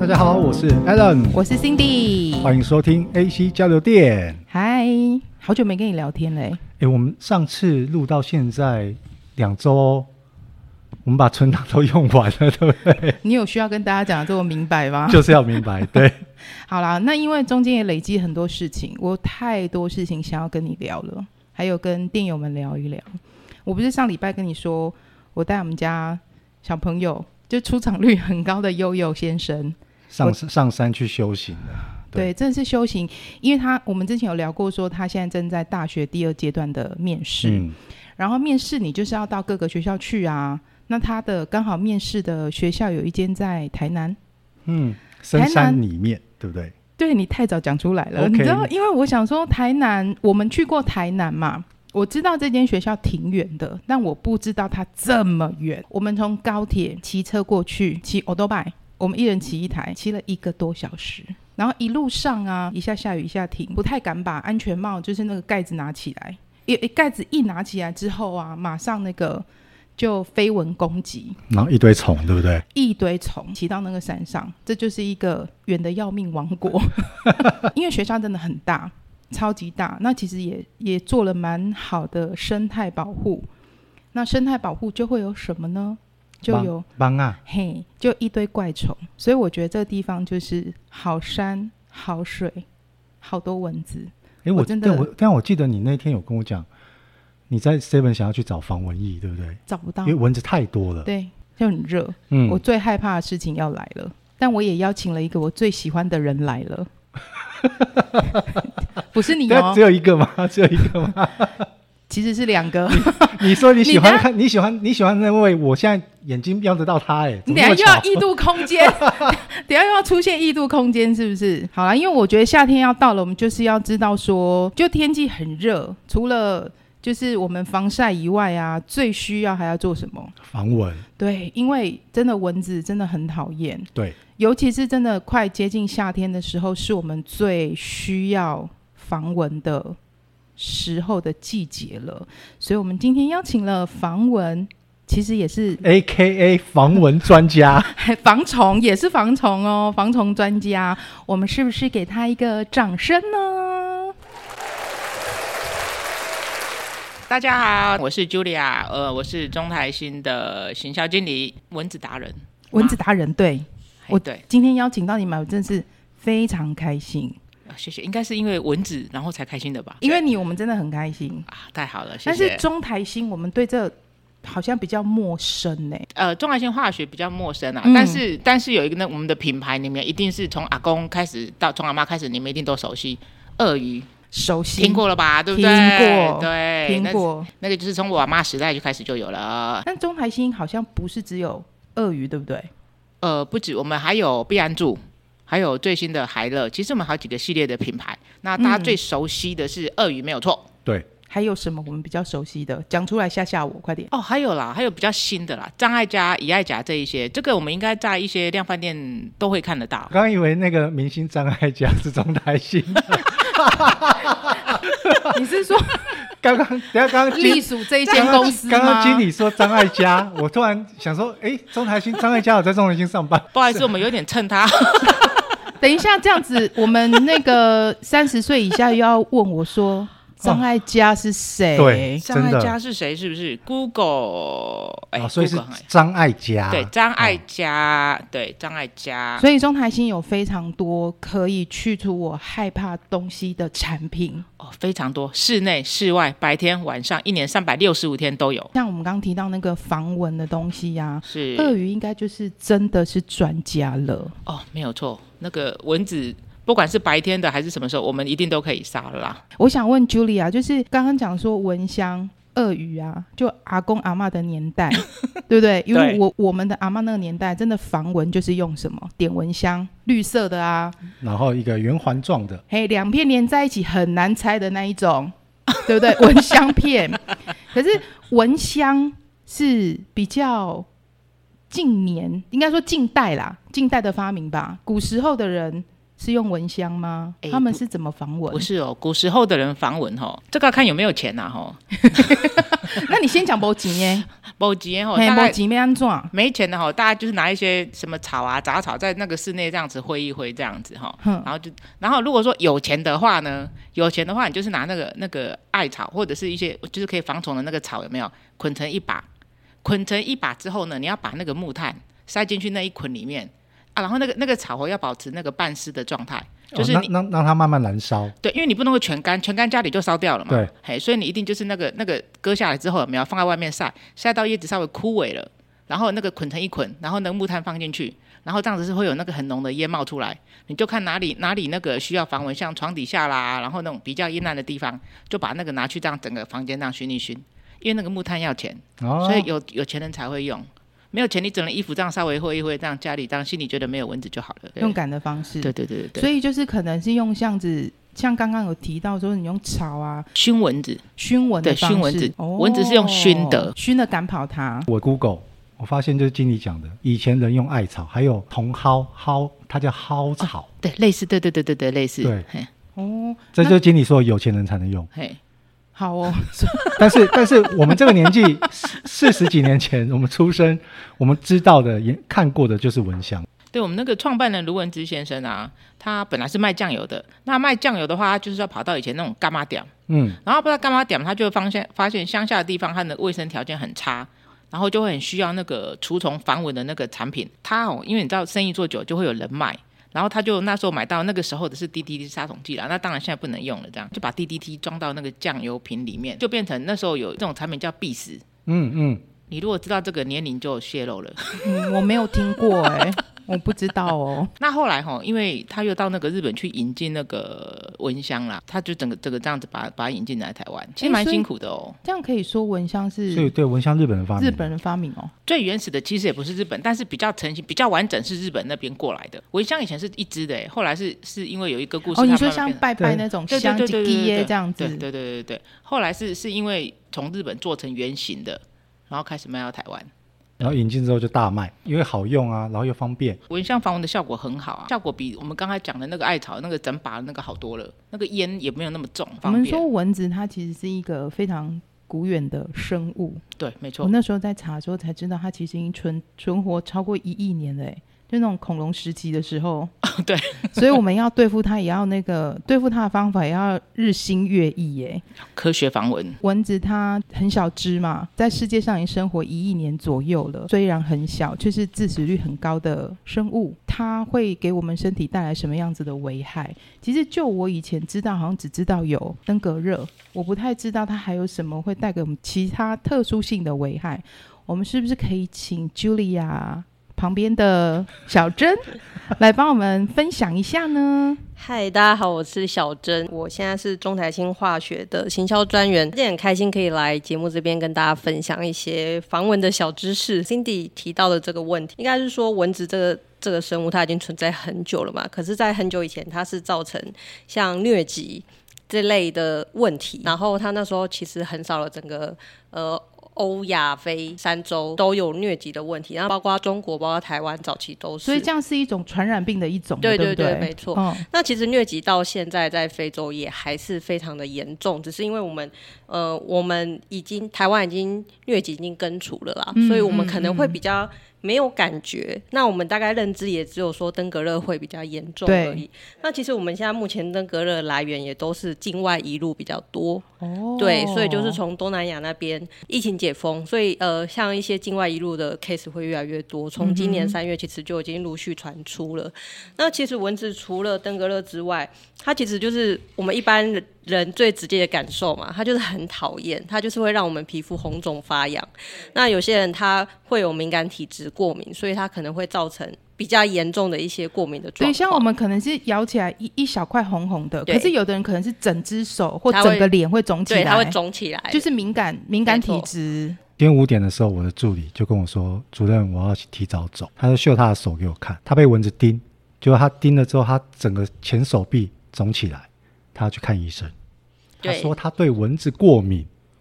家好，我是 Alan， 我是 Cindy， 欢迎收听 AC 交流电。 嗨，好久没跟你聊天嘞。 我们上次录到现在2周，我们把存档都用完了，对不对？ 你有需要跟大家讲这么明白吗？ 就是要明白，对。 好啦，那因为中间也累积很多事情，我太多事情想要跟你聊了，还有跟电友们聊一聊。我不是上礼拜跟你说，我带我们家小朋友，就出场率很高的悠悠先生上山去修行的。 对，真的是修行，因为我们之前有聊过说他现在正在大学第2阶段的面试，然后面试你就是要到各个学校去啊，那他的刚好面试的学校有一间在台南， 深山里面，对不对？ 对，你太早讲出来了， Okay. 你知道，因为我想说台南，我们去过台南嘛，我知道这间学校挺远的，但我不知道它这么远。我们从高铁骑车过去，骑欧多拜，我们一人骑一台，骑了1个多小时。然后一路上啊，一下下雨一下停，不太敢把安全帽就是那个盖子拿起来，盖子一拿起来之后啊，马上那个就飞蚊攻击， 然后一堆虫，对不对？ 一堆虫，骑到那个山上，这就是一个远的要命王国。因为学校真的很大，超级大，那其实也做了蛮好的生态保护。那生态保护就会有什么呢？就有就一堆怪虫，所以我觉得这个地方就是好山好水，好多蚊子。我真的， 但我记得你那天有跟我讲，你在 7 想要去找防蚊液，对不对？ 找不到， 因为蚊子太多了。 对，就很热。我最害怕的事情要来了，但我也邀请了一个我最喜欢的人来了。不是你哦， 只有一个吗？只有一个吗？ 其实是2个。 你说你喜欢看，你喜欢那位，我现在眼睛瞄得到他， 你等一下又要异度空间，等一下又要出现异度空间，是不是？好啦，因为我觉得夏天要到了，我们就是要知道说，就天气很热，除了就是我们防晒以外啊，最需要还要做什么？ 防蚊。对， 因为真的蚊子真的很讨厌。 对， 尤其是真的快接近夏天的时候，是我们最需要防蚊的时候的季节了，所以我们今天邀请了防蚊，其实也是 AKA 防蚊专家， 防虫也是防虫哦，防虫专家，我们是不是给他一个掌声呢？ 大家好，我是 Julia， 我是中台新的行销经理，蚊子达人。 蚊子达人，对，我对， 今天邀请到你们，我真是非常开心。 谢谢，应该是因为蚊子然后才开心的吧？ 因为我们真的很开心啊，太好了，谢谢。 但是中台新我们对这好像比较陌生呢。 中台新化学比较陌生啊，但是有一个我们的品牌里面一定是从阿公开始到从阿妈开始，你们一定都熟悉鳄鱼。 熟悉， 听过了吧？对不对？ 听过， 那个就是从我阿妈时代就开始就有了。 但中台新好像不是只有鳄鱼，对不对？ 不止，我们还有碧安柱，还有最新的海乐。其实我们好几个系列的品牌，那大家最熟悉的是鳄鱼，没有错。 对。 还有什么我们比较熟悉的？讲出来吓我，快点。 还有啦，还有比较新的啦，张艾嘉、以爱甲这一些，这个我们应该在一些量贩店都会看得到。 刚刚以为那个明星张艾嘉是中台新的。 你是说刚刚隶属这一间公司吗？ 刚刚经理说张艾嘉，我突然想说，中台新张艾嘉有在中台新上班。 不好意思，我们有点蹭他。 等一下，这样子，我们那个30岁以下又要问我说。张艾嘉是谁？ 对， 张艾嘉是谁？是不是 Google？ 所以是张艾嘉。 对，张艾嘉，对，张艾嘉。 所以中台新有非常多可以去除我害怕东西的产品非常多，室内、室外、白天、晚上，1年365天都有。 像我们刚刚提到那个防蚊的东西啊， 是鳄鱼应该就是真的是专家了。 没有错，那个蚊子。不管是白天的还是什么时候，我们一定都可以杀了啦。 我想问 Julia， 就是刚刚讲说蚊香、鳄鱼啊，就阿公阿嬷的年代，对不对？因为我们的阿嬷那个年代，真的防蚊就是用什么点蚊香，绿色的啊， 然后一个圆环状的 ，2片连在一起很难拆的那一种，对不对？蚊香片。可是蚊香是比较近年，应该说近代啦，近代的发明吧。古时候的人是用蚊香吗？他们是怎么防蚊？ 不是哦，古时候的人防蚊这个要看有没有钱啊那你先讲没钱耶？ 没钱吼， 嘿， 大概没钱要安怎？ 没钱的吼，大概就是拿一些什么草啊、杂草在那个室内这样子挥一挥这样子哈，然后如果说有钱的话呢，你就是拿那个艾草或者是一些就是可以防虫的那个草有没有捆成一把之后呢，你要把那个木炭塞进去那一捆里面啊，然后那个草要保持那个半湿的状态。就是你让它慢慢燃烧， 对，因为你不能够全干家里就烧掉了嘛， 对， 嘿，所以你一定就是那个割下来之后有没有放在外面晒到叶子稍微枯萎了，然后那个捆成一捆，然后那个木炭放进去，然后这样子是会有那个很浓的烟冒出来，你就看哪里那个需要防蚊，像床底下啦，然后那种比较阴暗的地方，就把那个拿去这样整个房间这样熏一熏，因为那个木炭要钱，所以有钱人才会用。没有钱，你整了衣服这样稍微挥一挥，这样家里这样心里觉得没有蚊子就好了。 用赶的方式， 对， 所以就是可能是用像刚刚有提到说，你用草啊熏蚊子， 的方式， 熏蚊子，蚊子是用熏的赶跑它。 我 Google 我发现就是经理讲的，以前人用艾草，还有茼蒿，它叫蒿草， 对，类似，对，类似， 对，这就是经理说有钱人才能用， 好哦， 但是我们这个年纪40几年前我们出生，我们知道的也看过的就是蚊香。 对，我们那个创办人卢文之先生啊，他本来是卖酱油的，那卖酱油的话，他就是要跑到以前那种干妈店，然后不知道干妈店，他就发现乡下的地方它的卫生条件很差，然后就会很需要那个除虫防蚊的那个产品。他因为你知道生意做久就会有人脉。然后他就那时候买到那个时候的是 DDT 杀虫剂啦，那当然现在不能用了，这样就把 DDT 装到那个酱油瓶里面，就变成那时候有这种产品叫必死。你如果知道这个年龄就泄露了。 我没有听过我不知道哦。 那后来因为他又到那个日本去引进那个蚊香啦，他就整个这个这样子把它引进来台湾，其实蛮辛苦的哦。 这样可以说蚊香是？ 所以对，蚊香日本人发明哦。 最原始的其实也不是日本，但是比较成型、比较完整是日本那边过来的。蚊香以前是一支的，后来是因为有一个故事。 你说像拜那种香几滴耶这样子？ 对。后来是因为从日本做成圆形的，然后开始卖到台湾。 然后引进之后就大卖，因为好用啊，然后又方便。 蚊香防蚊的效果很好啊，效果比我们刚才讲的那个艾草那个整把那个好多了，那个烟也没有那么重，方便。 我们说蚊子它其实是一个非常古远的生物， 对，没错。 我那时候在查的时候才知道，它其实已经存活超过1亿年了就那种恐龙时期的时候对， 所以我们要对付它，也要对付它的方法也要日新月异科学防蚊。 蚊子它很小只嘛，在世界上已经生活1亿年左右了，虽然很小，却是致死率很高的生物。它会给我们身体带来什么样子的危害？其实就我以前知道，好像只知道有登革热，我不太知道它还有什么会带给我们其他特殊性的危害。我们是不是可以请 Julia旁边的小珍来帮我们分享一下呢？ 嗨，大家好，我是小珍，我现在是中台新化学的行销专员，今天很开心可以来节目这边跟大家分享一些防蚊的小知识。 Cindy 提到的这个问题，应该是说蚊子这个生物它已经存在很久了嘛，可是在很久以前它是造成像疟疾这类的问题，然后它那时候其实横扫了整个欧亚非三洲都有疟疾的问题，然后包括中国包括台湾早期都是， 所以这样是一种传染病的一种， 对对对， 没错。那其实疟疾到现在在非洲也还是非常的严重，只是因为我们台湾已经疟疾已经根除了啦，所以我们可能会比较没有感觉，那我们大概认知也只有说登革热会比较严重而已。那其实我们现在目前登革热的来源也都是境外移入比较多，对，所以就是从东南亚那边疫情解封，所以像一些境外移入的 case 会越来越多，从今年3月其实就已经陆续传出了。那其实蚊子除了登革热之外，它其实就是我们一般人最直接的感受嘛，它就是很讨厌，它就是会让我们皮肤红肿发痒。那有些人他会有敏感体质过敏，所以它可能会造成比较严重的一些过敏的状况。 对，像我们可能是咬起来一小块红红的，可是有的人可能是整只手或整个脸会肿起来， 对，它会肿起来， 就是敏感体质。 今天5点的时候，我的助理就跟我说：“主任，我要提早走。”他就秀他的手给我看，他被蚊子叮，结果他叮了之后，他整个前手臂肿起来，他要去看医生。他说他对蚊子过敏，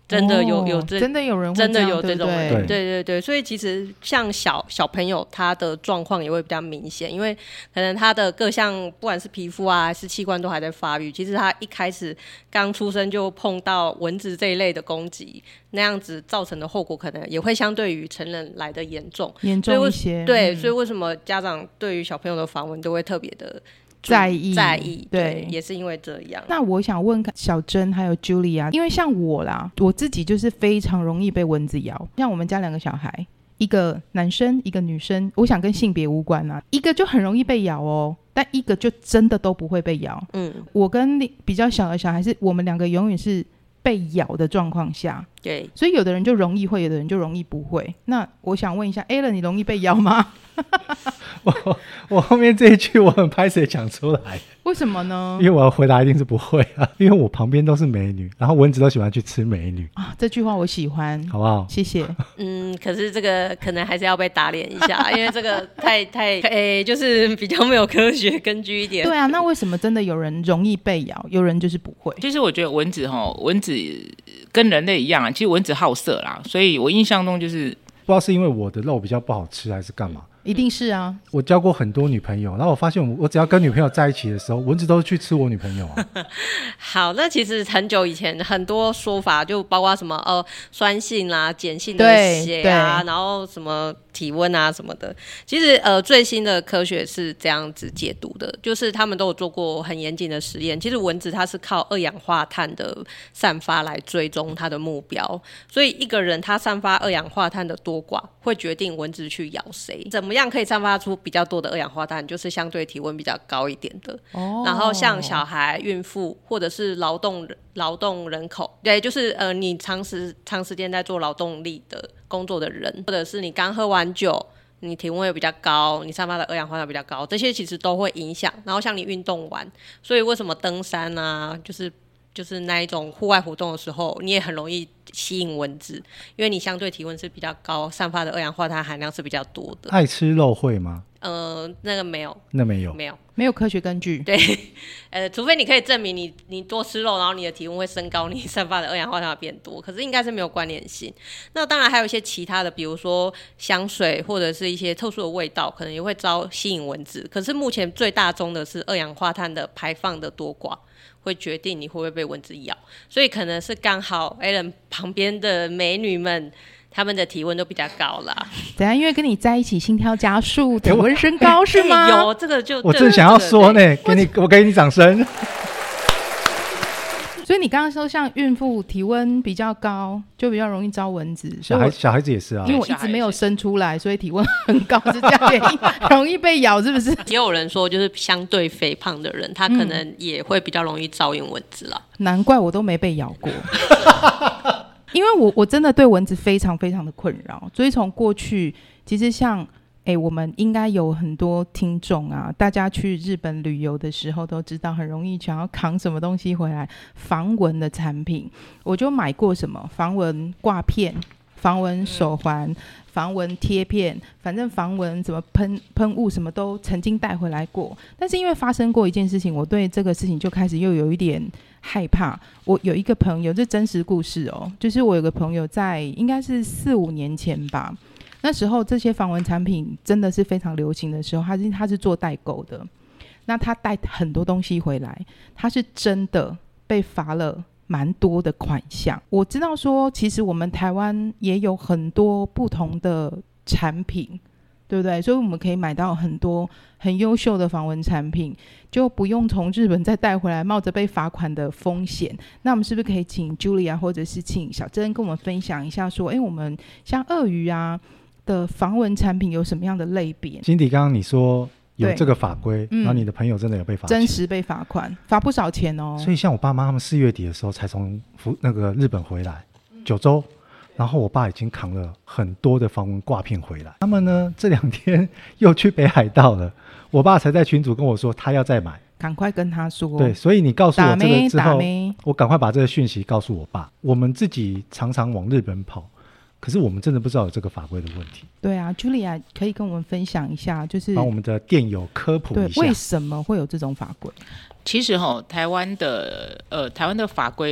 真的有真的有人会真的有这种人，对，所以其实像小朋友他的状况也会比较明显，因为可能他的各项不管是皮肤啊还是器官都还在发育，其实他一开始刚出生就碰到蚊子这一类的攻击，那样子造成的后果可能也会相对于成人来的严重一些。 对，所以为什么家长对于小朋友的访问都会特别的在意， 对，也是因为这样。 那我想问小珍还有 Julia， 因为像我啦，我自己就是非常容易被蚊子咬。像我们家2个小孩，一个男生一个女生，我想跟性别无关啊，一个就很容易被咬哦，但一个就真的都不会被咬。我跟比较小的小孩是我们2个永远是被咬的状况下， 对， 所以有的人就容易会，有的人就容易不会。那我想问一下 Alan， 你容易被咬吗？ 我后面这一句我很拍谁讲出来， 为什么呢？ 因为我的回答一定是不会啊，因为我旁边都是美女，然后蚊子都喜欢去吃美女啊。这句话我喜欢， 好不好？ 谢谢。 可是这个可能还是要被打脸一下，因为这个太就是比较没有科学根据一点。 对啊，那为什么真的有人容易被咬，有人就是不会？ 其实我觉得蚊子跟人类一样啊，其实蚊子好色啦，所以我印象中就是不知道是因为我的肉比较不好吃还是干嘛。 一定是啊， 我交过很多女朋友，然后我发现我只要跟女朋友在一起的时候，蚊子都去吃我女朋友啊。 好，那其实很久以前很多说法，就包括什么酸性啦、碱性的血啊，然后什么体温啊什么的。其实最新的科学是这样子解读的，就是他们都有做过很严谨的实验。其实蚊子它是靠2氧化碳的散发来追踪它的目标，所以一个人他散发2氧化碳的多寡，会决定蚊子去咬谁。怎么样可以散发出比较多的2氧化碳？就是相对体温比较高一点的。然后像小孩、孕妇或者是劳动人口，对，就是你长时间在做劳动力的工作的人，或者是你刚喝完酒，你体温也比较高，你散发的2氧化碳比较高，这些其实都会影响。然后像你运动完，所以为什么登山啊，就是那一种户外活动的时候，你也很容易吸引蚊子，因为你相对体温是比较高，散发的2氧化碳含量是比较多的。 爱吃肉会吗？ 那个没有， 没有科学根据。 对，除非你可以证明你多吃肉，然后你的体温会升高，你散发的2氧化碳会变多，可是应该是没有关联性。那当然还有一些其他的，比如说香水或者是一些特殊的味道，可能也会吸引蚊子。可是目前最大宗的是2氧化碳的排放的多寡，会决定你会不会被蚊子咬。所以可能是刚好 Alan 旁边的美女们，他们的体温都比较高啦。 等一下，因为跟你在一起心跳加速，体温升高是吗？ 有这个就我正想要说呢，我给你掌声。 所以你刚刚说像孕妇体温比较高，就比较容易招蚊子。 小孩子也是啊， 因为我一直没有生出来，所以体温很高是这样原因，容易被咬是不是？ 也有人说，就是相对肥胖的人，他可能也会比较容易招引蚊子啦。 难怪我都没被咬过。因为我真的对蚊子非常非常的困扰，所以从过去其实像我们应该有很多听众啊，大家去日本旅游的时候都知道很容易想要扛什么东西回来，防蚊的产品，我就买过什么防蚊挂片、防蚊手环、防蚊贴片，反正防蚊什么喷雾什么都曾经带回来过。但是因为发生过一件事情，我对这个事情就开始又有一点害怕。我有一个朋友，这真实故事哦，就是我有个朋友在应该是4-5年前吧，那时候这些防蚊产品真的是非常流行的时候，他是做代购的，那他带很多东西回来，他是真的被罚了蛮多的款项。我知道说其实我们台湾也有很多不同的产品，对不对？所以我们可以买到很多很优秀的防蚊产品，就不用从日本再带回来冒着被罚款的风险。那我们是不是可以请 Julia 或者是请小珍跟我们分享一下说我们像鳄鱼啊的防蚊产品有什么样的类别？ 金迪，刚刚你说有这个法规，然后你的朋友真的有被罚钱， 真实被罚款，罚不少钱哦。 所以像我爸妈他们4月底的时候才从那个日本回来9周，然后我爸已经扛了很多的防蚊挂片回来。他们呢这2天又去北海道了，我爸才在群组跟我说他要再买， 赶快跟他说。 对，所以你告诉我这个之后，我赶快把这个讯息告诉我爸。我们自己常常往日本跑，可是我们真的不知道有这个法规的问题。 对啊 Julia 可以跟我们分享一下，就是帮我们的电友科普一下， 对，为什么会有这种法规？ 其实台湾的法规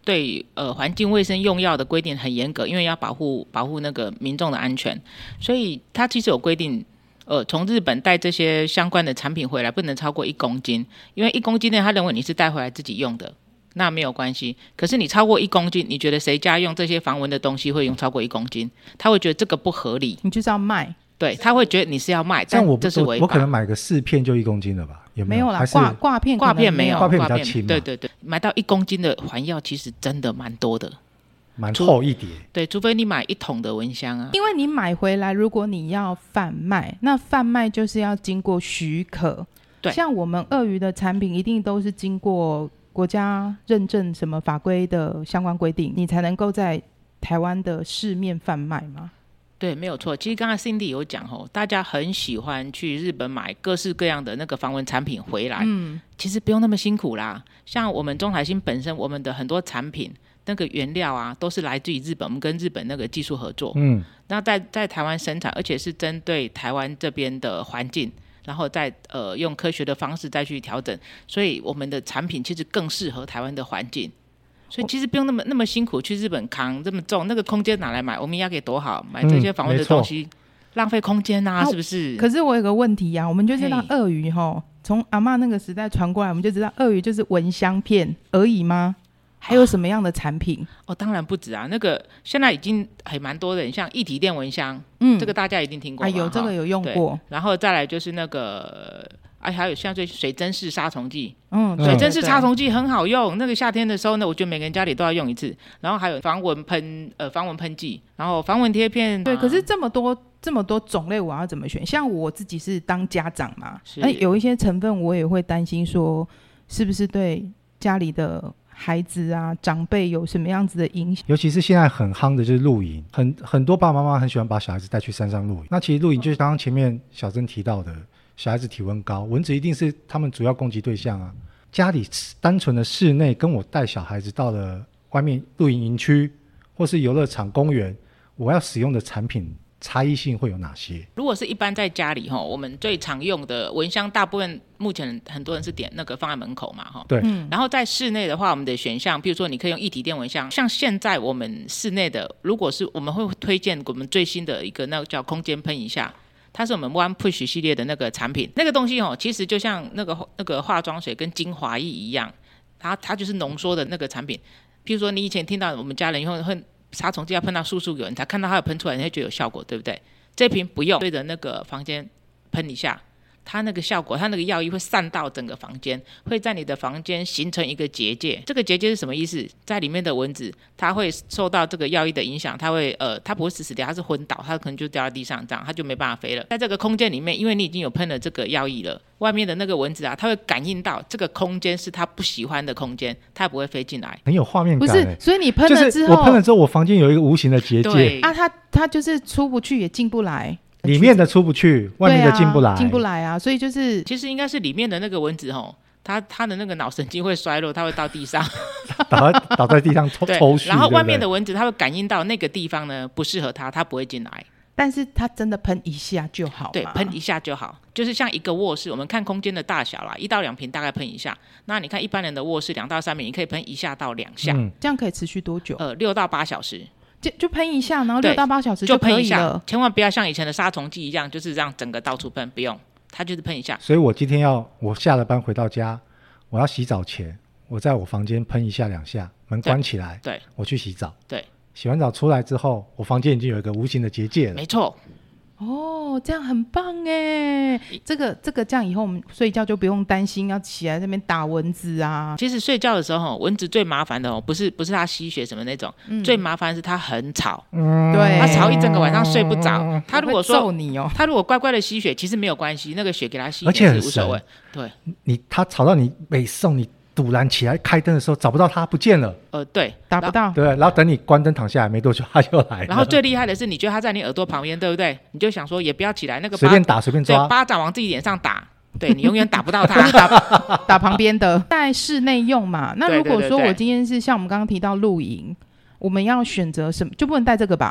对环境卫生用药的规定很严格，因为要保护那个民众的安全，所以它其实有规定。从日本带这些相关的产品回来不能超过1公斤，因为1公斤呢，他认为你是带回来自己用的，那没有关系。可是你超过1公斤，你觉得谁家用这些防蚊的东西会用超过1公斤？他会觉得这个不合理， 你就是要卖。 对，他会觉得你是要卖，但这是违法。 我可能买个4片就1公斤了吧？有没有啦，挂片没有， 挂片比较轻嘛。 对，买到1公斤的环药其实真的蛮多的。 蛮厚一叠， 对，除非你买1桶的蚊香啊， 因为你买回来，如果你要贩卖，那贩卖就是要经过许可。 对， 像我们鳄鱼的产品，一定都是经过国家认证什么法规的相关规定，你才能够在台湾的市面贩卖吗？ 对，没有错。其实刚才 Cindy 有讲大家很喜欢去日本买各式各样的那个防蚊产品回来，其实不用那么辛苦啦。像我们中台新本身，我们的很多产品。那个原料啊，都是来自于日本，我们跟日本那个技术合作，那在台湾生产，而且是针对台湾这边的环境，然后再用科学的方式再去调整，所以我们的产品其实更适合台湾的环境，所以其实不用那么辛苦去日本扛这么重，那个空间拿来买，我们压给多好，买这些防蚊的东西，浪费空间啊，是不是？ 可是我有个问题啊，我们就知道鳄鱼从阿嬷那个时代传过来，我们就知道鳄鱼就是蚊香片而已吗？还有什么样的产品？ 当然不止啊，那个现在已经还蛮多的，像液体电蚊香，这个大家一定听过吧？ 有这个有用过。 然后再来就是那个，还有像水针式杀虫剂， 水针式杀虫剂很好用，那个夏天的时候呢，我觉得每个人家里都要用一次。然后还有防蚊喷剂，然后防蚊贴片。 对，可是这么多种类，我要怎么选？像我自己是当家长嘛，有一些成分我也会担心说，是不是对家里的孩子啊长辈有什么样子的影响？ 尤其是现在很夯的就是露营，很多爸爸妈妈很喜欢把小孩子带去山上露营。那其实露营就是刚刚前面小珍提到的，小孩子体温高，蚊子一定是他们主要攻击对象啊。家里单纯的室内，跟我带小孩子到了外面露营营区或是游乐场公园，我要使用的产品差异性会有哪些？ 如果是一般在家里我们最常用的蚊香，大部分目前很多人是点那个放在门口嘛对。 然后在室内的话，我们的选项，比如说你可以用液体电蚊香，像现在我们室内的，如果是我们会推荐我们最新的一个那个叫空间喷一下，它是我们 One Push 系列的那个产品。那个东西其实就像那个化妆水跟精华液一样，它就是浓缩的那个产品。譬如说你以前听到我们家人用杀虫剂要喷到树有，你才看到它有喷出来，你会觉得有效果，对不对？这瓶不用对着那个房间喷一下，它那个效果，它那个药液会散到整个房间，会在你的房间形成一个结界。这个结界是什么意思？在里面的蚊子它会受到这个药液的影响，它不会死掉，它是昏倒，它可能就掉在地上，这样它就没办法飞了。在这个空间里面，因为你已经有喷了这个药液了，外面的那个蚊子啊，它会感应到这个空间是它不喜欢的空间，它不会飞进来。 很有画面感。 不是，所以你喷了之后， 就是我喷了之后，我房间有一个无形的结界啊，它就是出不去也进不来。 里面的出不去，外面的进不来， 进不来啊！所以就是其实应该是里面的那个蚊子它的那个脑神经会衰弱，它会到地上倒在地上抽搐。 然后外面的蚊子它会感应到那个地方呢不适合它不会进来。 但是它真的喷一下就好嘛？ 对，喷一下就好，就是像一个卧室，我们看空间的大小啦，1到2瓶大概喷一下。那你看一般人的卧室2到3瓶，你可以喷1下到2下。 这样可以持续多久 ？6到8小时。 就喷一下，然后6到8小时就可以了。 喷一下，千万不要像以前的杀虫剂一样，就是让整个到处喷，不用，它就是喷一下。 所以我今天我下了班回到家，我要洗澡前，我在我房间喷1下2下，门关起来， 对， 我去洗澡， 对， 洗完澡出来之后，我房间已经有一个无形的结界了。 没错。 这样很棒耶！这个这样以后我们睡觉就不用担心要起来那边打蚊子啊。 其实睡觉的时候蚊子最麻烦的不是它吸血什么那种，最麻烦是它很吵。 对， 它吵一整个晚上睡不着。它如果说揍你它如果乖乖的吸血，其实没有关系，那个血给它吸， 而且很无所谓。对， 它吵到你没送你。突然起来开灯的时候找不到它不见了， 对， 打不到， 对，然后等你关灯躺下来没多久它又来了。 然后最厉害的是你觉得它在你耳朵旁边，对不对？你就想说也不要起来，那个随便打随便抓， 巴掌往自己脸上打，对，你永远打不到它。 打旁边的，在室内用嘛。那如果说我今天是像我们刚刚提到露营，我们要选择什么，就不能带这个吧？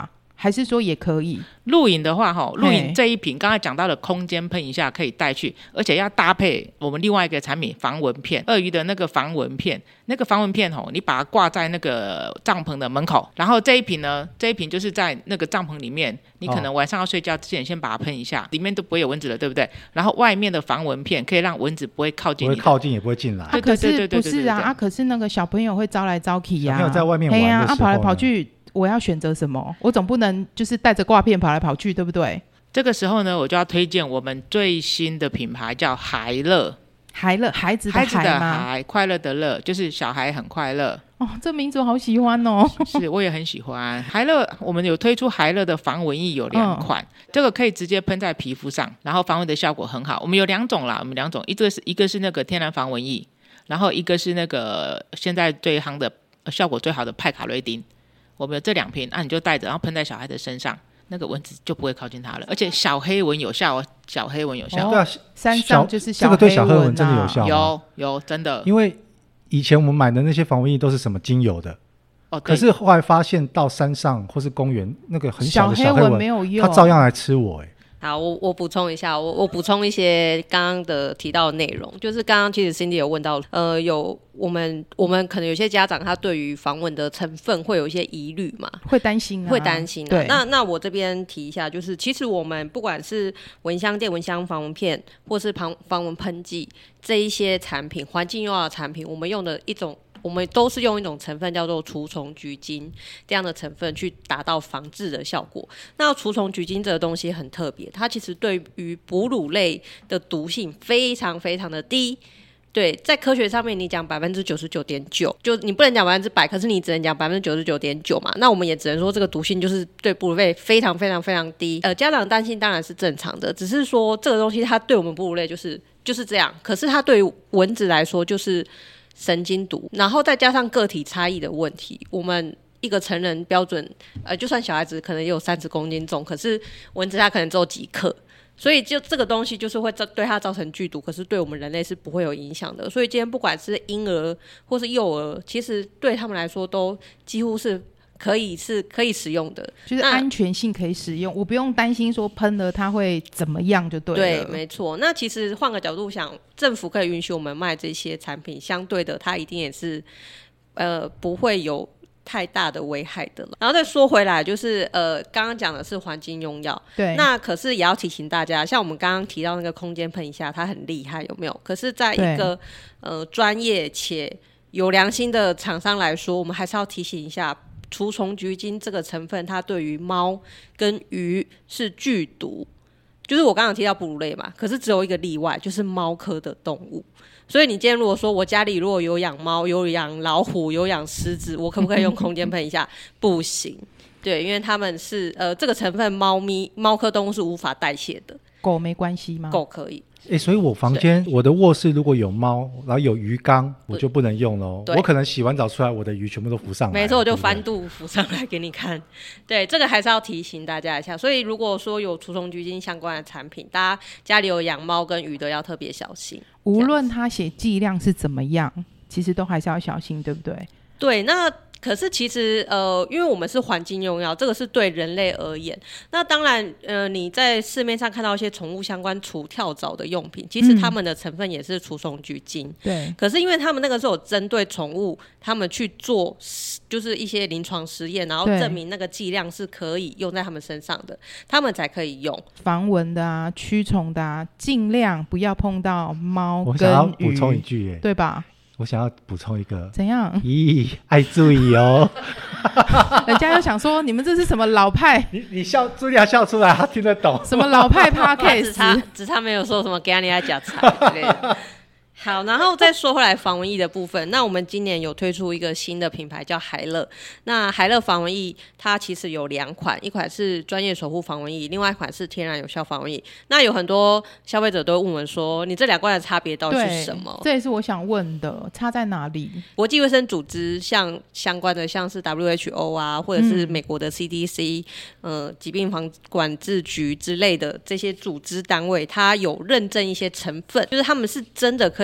还是说也可以？ 露营的话露营这一瓶刚才讲到的空间喷一下可以带去，而且要搭配我们另外一个产品防蚊片，鳄鱼的那个防蚊片，你把它挂在那个帐篷的门口，然后这一瓶就是在那个帐篷里面，你可能晚上要睡觉之前先把它喷一下，里面都不会有蚊子了，对不对？然后外面的防蚊片可以让蚊子不会靠近你， 不会靠近也不会进来。 可是不是啊？可是那个小朋友会招来招去啊， 小朋友在外面玩的时候， 跑来跑去，我要选择什么？我总不能就是带着挂片跑来跑去，对不对？ 这个时候呢，我就要推荐我们最新的品牌，叫孩乐。 孩子的孩吗？ 快乐的乐，就是小孩很快乐。 哦，这名字我好喜欢哦。 是，我也很喜欢。孩乐，我们有推出孩乐的防蚊液，有2款，这个可以直接喷在皮肤上，然后防蚊的效果很好。我们有2种啦，一个是那个天然防蚊液，然后一个是那个现在最夯的效果最好的派卡瑞丁。我们有这2瓶，你就带着，然后喷在小孩的身上，那个蚊子就不会靠近它了，而且小黑蚊有效哦，小黑蚊有效。 对啊， 山上就是小黑蚊啊， 这个对小黑蚊真的有效吗？ 有真的。 因为以前我们买的那些防蚊液都是什么精油的，可是后来发现到山上或是公园那个很小的小黑蚊没有用， 它照样来吃我。 好，我补充一下，我补充一些刚刚的提到的内容，就是刚刚其实 Cindy 有问到，有我们可能有些家长他对于防蚊的成分会有一些疑虑嘛， 会担心啊。 对，那我这边提一下，就是其实我们不管是蚊香垫、蚊香防蚊片，或是防蚊喷剂这一些产品，环境用药的产品，我们都是用一种成分叫做除虫菊精这样的成分去达到防治的效果。那除虫菊精这个东西很特别，它其实对于哺乳类的毒性非常非常的低。对，在科学上面你讲 99.9%， 就你不能讲100%，可是你只能讲 99.9% 嘛。那我们也只能说这个毒性就是对哺乳类非常非常非常低。家长担心当然是正常的，只是说这个东西它对我们哺乳类就是这样，可是它对于蚊子来说就是神经毒，然后再加上个体差异的问题，我们一个成人标准，就算小孩子可能也有30公斤重，可是蚊子它可能只有几克，所以就这个东西就是会对它造成剧毒，可是对我们人类是不会有影响的。所以今天不管是婴儿或是幼儿，其实对他们来说都几乎是可以使用的， 就是安全性可以使用，我不用担心说喷了它会怎么样就对了。 对，没错。那其实换个角度想，政府可以允许我们卖这些产品，相对的它一定也是不会有太大的危害的了。然后再说回来，就是刚刚讲的是环境用药， 对。 那可是也要提醒大家，像我们刚刚提到那个空间喷一下，它很厉害，有没有？可是在一个专业且有良心的厂商来说，我们还是要提醒一下。除虫菊精这个成分，它对于猫跟鱼是剧毒，就是我刚刚提到哺乳类嘛，可是只有一个例外，就是猫科的动物。所以你今天如果说我家里如果有养猫、有养老虎、有养狮子，我可不可以用空间喷一下？不行，对，因为它们是这个成分猫科动物是无法代谢的。 狗没关系吗？ 狗可以。 所以我房间我的卧室如果有猫，然后有鱼缸，我就不能用咯。我可能洗完澡出来，我的鱼全部都浮上来。 没错，我就翻肚浮上来给你看。对，这个还是要提醒大家一下。所以如果说有除虫菊精相关的产品，大家家里有养猫跟鱼的要特别小心。 无论它写剂量是怎么样，其实都还是要小心，对不对？ 对，那可是其实因为我们是环境用药，这个是对人类而言。那当然你在市面上看到一些宠物相关除跳蚤的用品，其实他们的成分也是除虫菊精。 对。 可是因为他们那个是有针对宠物，他们去做就是一些临床实验，然后证明那个剂量是可以用在他们身上的，他们才可以用。 防蚊的啊，驱虫的啊，尽量不要碰到猫跟鱼。 我想要补充一句对吧？ 我想要补充一个， 怎样？ 咦，爱注意哦！ 人家又想说你们这是什么老派？ 你笑，茱莉亚笑出来，他听得懂。 什么老派 podcast？ 只差没有说什么给你来讲菜之类的。好，然后再说回来防蚊液的部分，那我们今年有推出一个新的品牌叫孩乐。那孩乐防蚊液它其实有2款，一款是专业守护防蚊液，另外一款是天然有效防蚊液。那有很多消费者都会问我说，你这2罐的差别到底是什么？ 这也是我想问的，差在哪里？ 国际卫生组织相关的，像是 WHO 啊，或者是美国的 CDC，疾病防管制局之类的这些组织单位，它有认证一些成分，就是他们是真的可以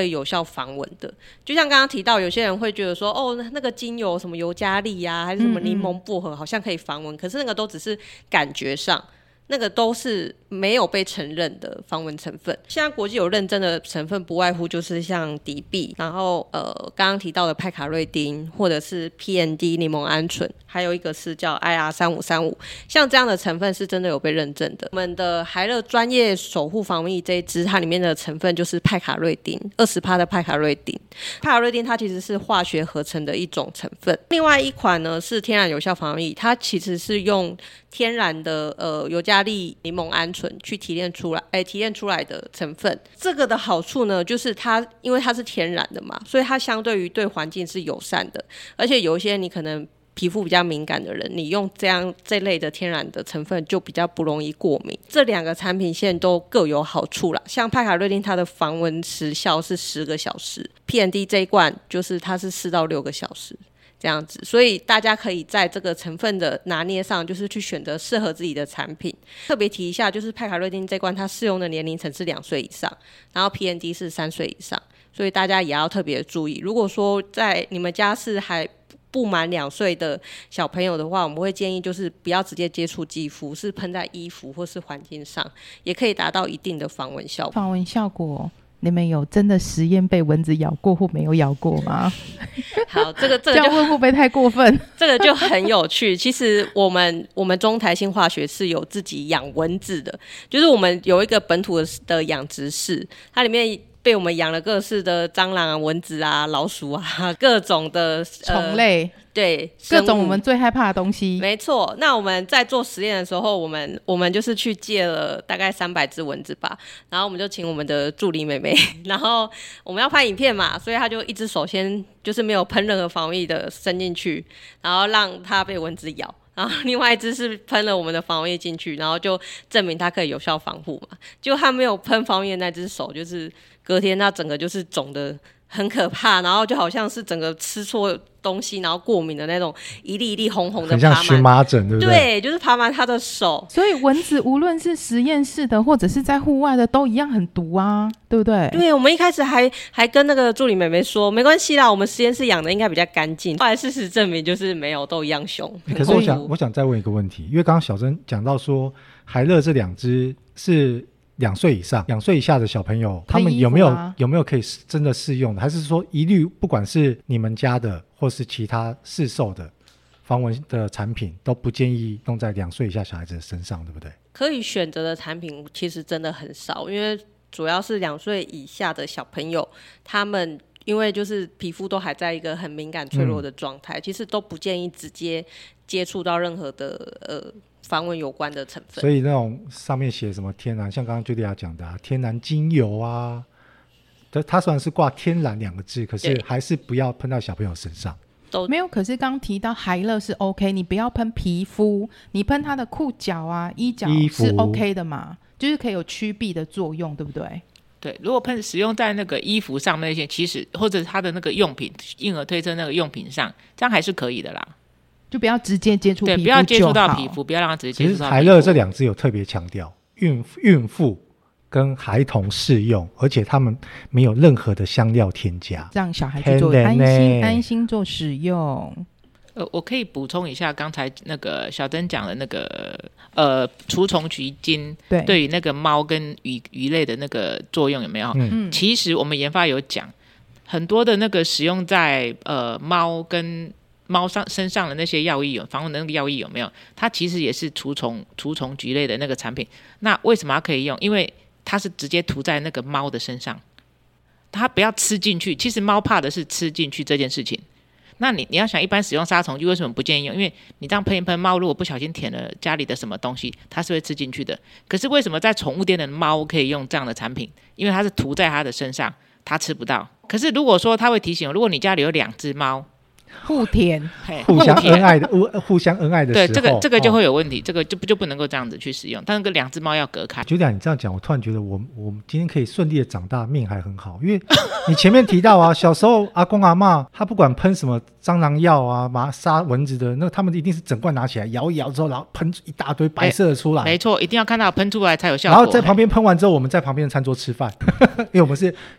以有效防蚊的。就像刚刚提到，有些人会觉得说，哦，那个精油什么尤加利啊，还是什么柠檬薄荷，好像可以防蚊，可是那个都只是感觉上。那个都是没有被承认的防蚊成分。现在国际有认证的成分不外乎就是像迪碧，然后刚刚提到的派卡瑞丁，或者是 PND 柠檬胺醇，还有一个是叫 IR3535，像这样的成分是真的有被认证的。我们的海乐专业守护防疫这一支，它里面的成分就是派卡瑞丁，20%的派卡瑞丁。派卡瑞丁它其实是化学合成的一种成分。另外一款呢是天然有效防疫，它其实是用天然的尤加利柠檬胺醇去提炼出来的成分。这个的好处呢，就是它因为它是天然的嘛，所以它相对于对环境是友善的，而且有一些你可能皮肤比较敏感的人，你用这类的天然的成分就比较不容易过敏。这两个产品线都各有好处啦，像派卡瑞丁它的防蚊时效是10个小时， PND 这一罐就是它是4到6个小时这样子，所以大家可以在这个成分的拿捏上，就是去选择适合自己的产品。特别提一下，就是派卡瑞丁这罐它适用的年龄层是2岁以上，然后 PND 是3岁以上，所以大家也要特别注意。如果说在你们家是还不满2岁的小朋友的话，我们会建议就是不要直接接触肌肤，是喷在衣服或是环境上，也可以达到一定的防蚊效果。 防蚊效果你们有真的实验被蚊子咬过或没有咬过吗？ 好，这个这样会不会太过分？ 这个就很有趣。其实我们中台新化学是有自己养蚊子的，就是我们有一个本土的养殖室，它里面被我们养了各式的蟑螂啊、蚊子啊、老鼠啊，各种的虫类。 对， 各种我们最害怕的东西。 没错。那我们在做实验的时候，我们就是去借了大概300只蚊子吧，然后我们就请我们的助理妹妹，然后我们要拍影片嘛，所以她就一只手先就是没有喷任何防疫的伸进去，然后让它被蚊子咬，然后另外一只是喷了我们的防疫进去，然后就证明它可以有效防护嘛。结果他没有喷防疫的那只手，就是隔天它整个就是肿的很可怕，然后就好像是整个吃错东西然后过敏的那种，一粒一粒红红的爬满， 很像荨麻疹，对不对？ 对，就是爬满他的手。 所以蚊子无论是实验室的或者是在户外的都一样很毒啊，对不对？ 对，我们一开始还跟那个助理妹妹说没关系啦，我们实验室养的应该比较干净，后来事实证明就是没有，都一样凶。 可是我想再问一个问题，因为刚刚小珍讲到说海乐这2支是2岁以上2岁以下的小朋友，他们有没有可以真的适用的，还是说一律不管是你们家的或是其他市售的防蚊的产品都不建议用在2岁以下小孩子的身上，对不对？ 可以选择的产品其实真的很少，因为主要是2岁以下的小朋友，他们因为就是皮肤都还在一个很敏感脆弱的状态，其实都不建议直接接触到任何的防蚊有关的成分。 所以那种上面写什么天然，像刚刚 Julia 讲的天然精油啊，它虽然是挂天然2个字，可是还是不要喷到小朋友身上。 没有，可是刚提到海乐是 OK， 你不要喷皮肤，你喷它的裤脚啊、衣角是 OK 的嘛，就是可以有驱避的作用，对不对？ 对，如果使用在那个衣服上面那些，其实或者它的那个用品，婴儿推车那个用品上，这样还是可以的啦。 就不要直接接触皮肤， 对，不要接触到皮肤，不要让它直接接触到皮肤。 其实海乐这2支有特别强调，孕妇跟孩童适用，而且他们没有任何的香料添加， 让小孩去做安心做使用。 我可以补充一下刚才那个小珍讲的那个除虫菊精对于那个猫跟鱼类的那个作用有没有？其实我们研发有讲，很多的那个使用在猫跟猫身上的那些药液防蚊的那个药液有没有？它其实也是除虫菊类的那个产品。那为什么它可以用？因为它是直接涂在那个猫的身上，它不要吃进去。其实猫怕的是吃进去这件事情。那你要想，一般使用杀虫剂为什么不建议用？因为你这样喷一喷，猫如果不小心舔了家里的什么东西，它是会吃进去的。可是为什么在宠物店的猫可以用这样的产品？因为它是涂在它的身上，它吃不到。可是如果说它会提醒，如果你家里有2只猫， 互舔， 互相恩爱的时候， 对，这个就会有问题，这个就不能够这样子去使用。但是2只猫要隔开。 Julia，你这样讲，我突然觉得我今天可以顺利的长大，命还很好。因为你前面提到啊，小时候阿公阿嬷他不管喷什么蟑螂药啊、杀蚊子的，那他们一定是整罐拿起来摇一摇之后，然后喷一大堆白色的出来。 没错，一定要看到喷出来才有效果。 然后在旁边喷完之后，我们在旁边的餐桌吃饭，因为我们是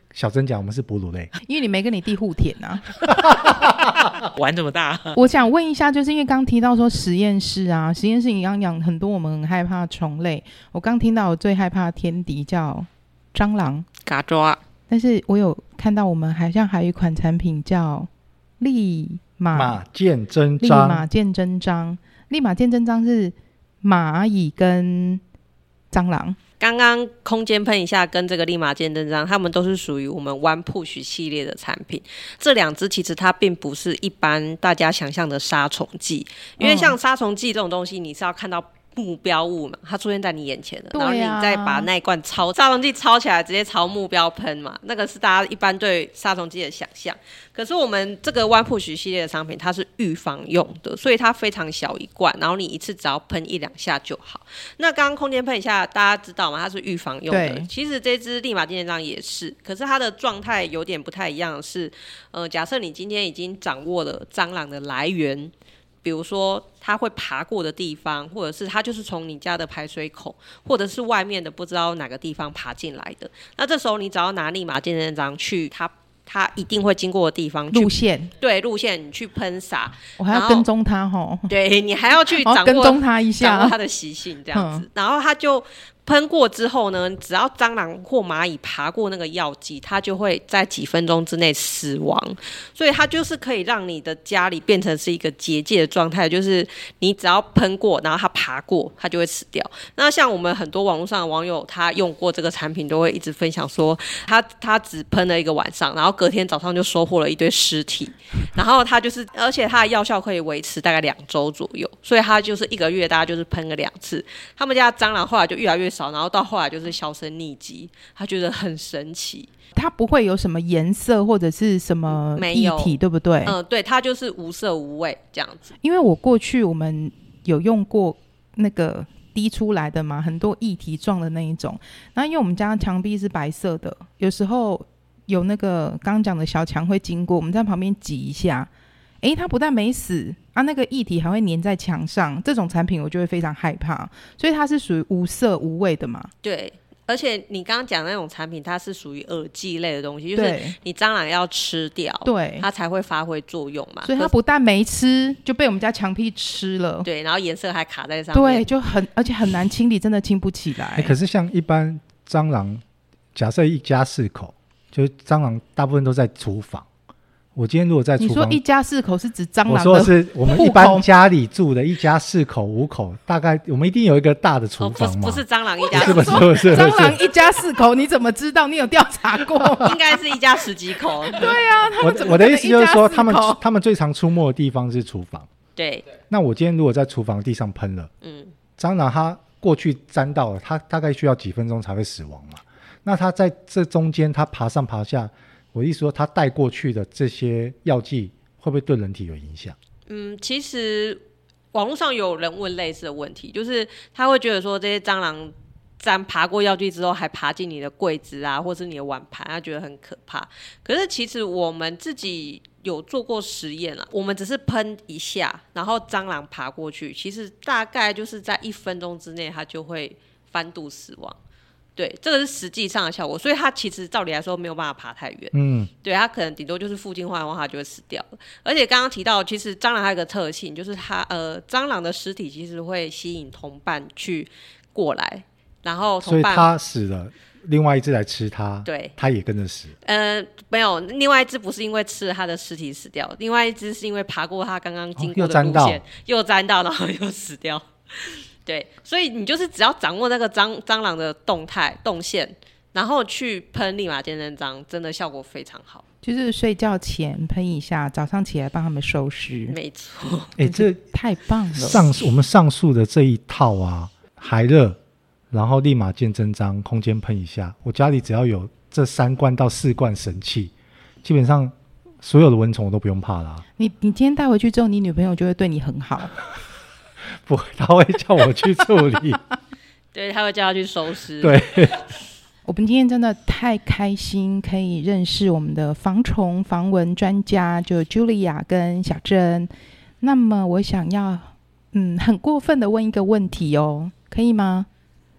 小珍讲我们是哺乳类， 因为你没跟你弟互舔啊。 玩这么大。 我想问一下，就是因为刚提到说实验室啊，实验室你刚讲很多我们很害怕的虫类，我刚听到我最害怕的天敌叫蟑螂、 嘎抓， 但是我有看到我们好像还有一款产品叫利马见真利章。 马见真章，利马见真章是蚂蚁跟蟑螂。 刚刚空间喷一下跟这个利马见真章，它们都是属于我们 One Push 系列的产品。这两支其实它并不是一般大家想象的杀虫剂，因为像杀虫剂这种东西，你是要看到目标物嘛，它出现在你眼前的，然后你再把那一罐杀虫剂抄起来，直接朝目标喷嘛，那个是大家一般对杀虫剂的想象。可是我们这个 One Push 系列的商品，它是预防用的，所以它非常小一罐，然后你一次只要喷1-2下就好。那刚刚空间喷一下，大家知道吗？它是预防用的。其实这支利马见真章也是，可是它的状态有点不太一样的是，假设你今天已经掌握了蟑螂的来源。比如说它会爬过的地方，或者是它就是从你家的排水口，或者是外面的不知道哪个地方爬进来的，那这时候你只要拿利马见真章去它一定会经过的地方路线， 对路线你去喷洒， 我还要跟踪它齁， 对你还要去掌握跟踪它一下， 掌握它的习性这样子，然后它就喷过之后呢，只要蟑螂或蚂蚁爬过那个药剂，它就会在几分钟之内死亡。所以它就是可以让你的家里变成是一个结界的状态，就是你只要喷过，然后它爬过，它就会死掉。那像我们很多网络上的网友，他用过这个产品，都会一直分享说，他只喷了1个晚上，然后隔天早上就收获了一堆尸体。然后他就是，而且它的药效可以维持大概2周左右，所以他就是1个月大家就是喷个2次。他们家蟑螂后来就越来越少，然后到后来就是销声匿迹，他觉得很神奇。 它不会有什么颜色或者是什么液体，对不对？ 对，它就是无色无味这样子。 因为我过去我们有用过那个滴出来的嘛，很多液体状的那一种。然后因为我们家墙壁是白色的，有时候有那个刚刚讲的小强会经过，我们在旁边挤一下，它不但没死啊，那个液体还会粘在墙上，这种产品我就会非常害怕，所以它是属于无色无味的嘛。 对，而且你刚刚讲的那种产品，它是属于饵剂类的东西，就是你蟑螂要吃掉，对，它才会发挥作用嘛。 所以它不但没吃，就被我们家墙壁吃了， 对，然后颜色还卡在上面， 对，就而且很难清理，真的清不起来。 可是像一般蟑螂，假设一家4口，就是蟑螂大部分都在厨房。我今天如果在厨房， 你说一家4口是指蟑螂的？ 我说的是我们一般家里住的一家4口5口，大概我们一定有一个大的厨房嘛？ 不是蟑螂一家， 是不是？ 蟑螂一家4口，你怎么知道？你有调查过？ 应该是一家10几口。 对啊，他们怎么我的意思就是说，他们最常出没的地方是厨房。 对。 那我今天如果在厨房地上喷了，蟑螂它过去沾到了，它大概需要几分钟才会死亡嘛？那它在这中间，它爬上爬下。我意思说，它带过去的这些药剂会不会对人体有影响？ 其实网络上有人问类似的问题，就是他会觉得说，这些蟑螂爬过药剂之后，还爬进你的柜子啊，或是你的碗盘，他觉得很可怕。可是其实我们自己有做过实验啦，我们只是喷一下，然后蟑螂爬过去，其实大概就是在1分钟之内，它就会翻肚死亡。对，这个是实际上的效果，所以它其实照理来说没有办法爬太远。对，它可能顶多就是附近晃一晃，它就会死掉了。而且刚刚提到，其实蟑螂还有一个特性，就是蟑螂的尸体其实会吸引同伴去过来，然后同伴， 所以它死了，另外一只来吃它， 对， 它也跟着死。 没有，另外一只不是因为吃了它的尸体死掉，另外一只是因为爬过它刚刚经过的路线，又沾到，然后又死掉。对，所以你就是只要掌握那个蟑螂的动线，然后去喷利马见真章，真的效果非常好。 就是睡觉前喷一下，早上起来帮他们收尸。 没错， 这太棒了。 我们上述的这一套啊，海热，然后利马见真章，空间喷一下，我家里只要有这3罐到4罐神器，基本上所有的蚊虫我都不用怕啦。 你今天带回去之后，你女朋友就会对你很好。 不会，他会叫我去处理。 对，他会叫他去收尸。 对， 我们今天真的太开心，可以认识我们的防虫防蚊专家，就 Julia 跟小珍。那么我想要很过分的问一个问题哦，可以吗？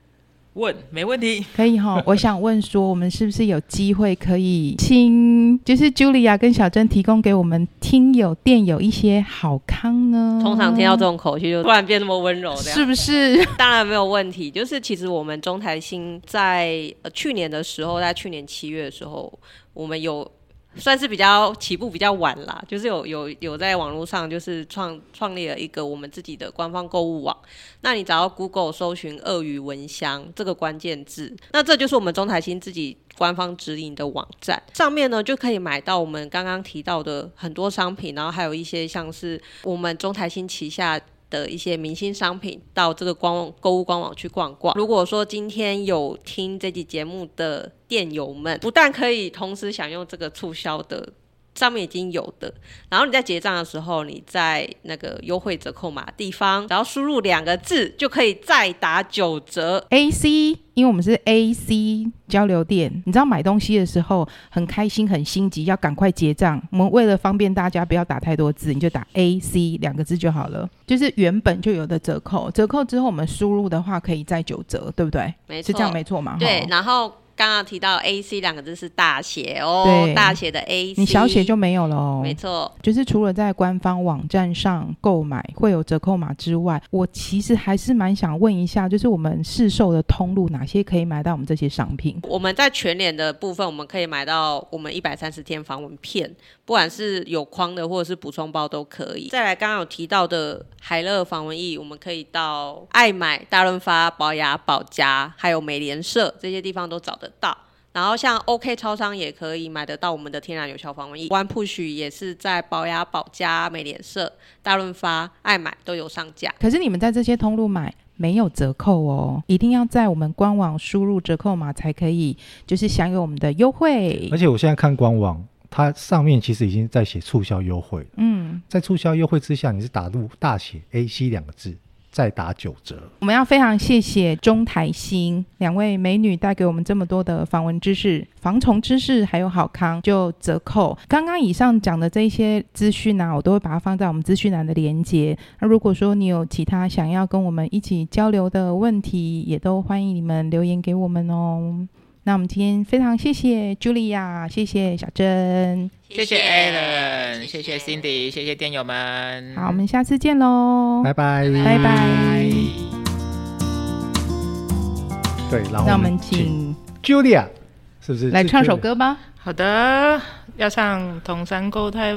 问没问题， 可以哈。我想问说，我们是不是有机会可以请就是 Julia 跟小珍提供给我们听友电友一些好康呢？ 通常听到这种口气就突然变那么温柔， 是不是？ 当然没有问题。就是其实我们中台新在去年的时候，在去年7月的时候，我们有算是比较起步比较晚啦，就是有在网络上就是创立了一个我们自己的官方购物网。那你只要 Google 搜寻鳄鱼蚊香这个关键字，那这就是我们中台新自己官方指引的网站，上面呢就可以买到我们刚刚提到的很多商品，然后还有一些像是我们中台新旗下的一些明星商品，到这个购物官网去逛逛。如果说今天有听这集节目的店友们，不但可以同时享用这个促销的上面已经有的，然后你在结账的时候，你在那个优惠折扣码地方，然后输入2个字就可以再打9折。 AC， 因为我们是 AC 交流店，你知道买东西的时候很开心很心急，要赶快结账，我们为了方便大家不要打太多字，你就打 AC 2个字就好了，就是原本就有的折扣，折扣之后我们输入的话可以再9折，对不对？ 没错， 是这样没错嘛？ 对，然后刚刚提到 AC 2个字是大写哦，大写的 AC， 你小写就没有了哦。 没错， 就是除了在官方网站上购买会有折扣码之外，我其实还是蛮想问一下，就是我们市售的通路哪些可以买到我们这些商品？ 我们在全联的部分，我们可以买到我们130天防蚊片，不管是有框的或者是补充包都可以。再来刚刚有提到的海乐防蚊液，我们可以到爱买、大润发、宝雅、宝家还有美联社这些地方都找得到。然后像 OK 超商也可以买得到我们的天然有效防蚊液，One Push 也是在宝雅、宝家、美联社、大润发、爱买都有上架。 可是你们在这些通路买没有折扣哦，一定要在我们官网输入折扣码才可以，就是享有我们的优惠。 而且我现在看官网，它上面其实已经在写促销优惠了。在促销优惠之下，你是打入大写 AC 2个字，再打9折。 我们要非常谢谢中台新2位美女带给我们这么多的防蚊知识、防虫知识，还有好康就折扣。刚刚以上讲的这些资讯啊，我都会把它放在我们资讯栏的连结。那如果说你有其他想要跟我们一起交流的问题，也都欢迎你们留言给我们哦。那我们今天非常谢谢 Julia， 谢谢小珍， 谢谢 Alan， 谢谢 Cindy， 谢谢店友们。 好，我们下次见咯， 拜拜， 拜拜。 对，然后那我们请 Julia 是不是来唱首歌吧？ 好的，要唱《同山购台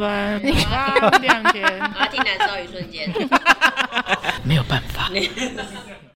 湾》2千， 我要听燃烧一瞬间， 没有办法。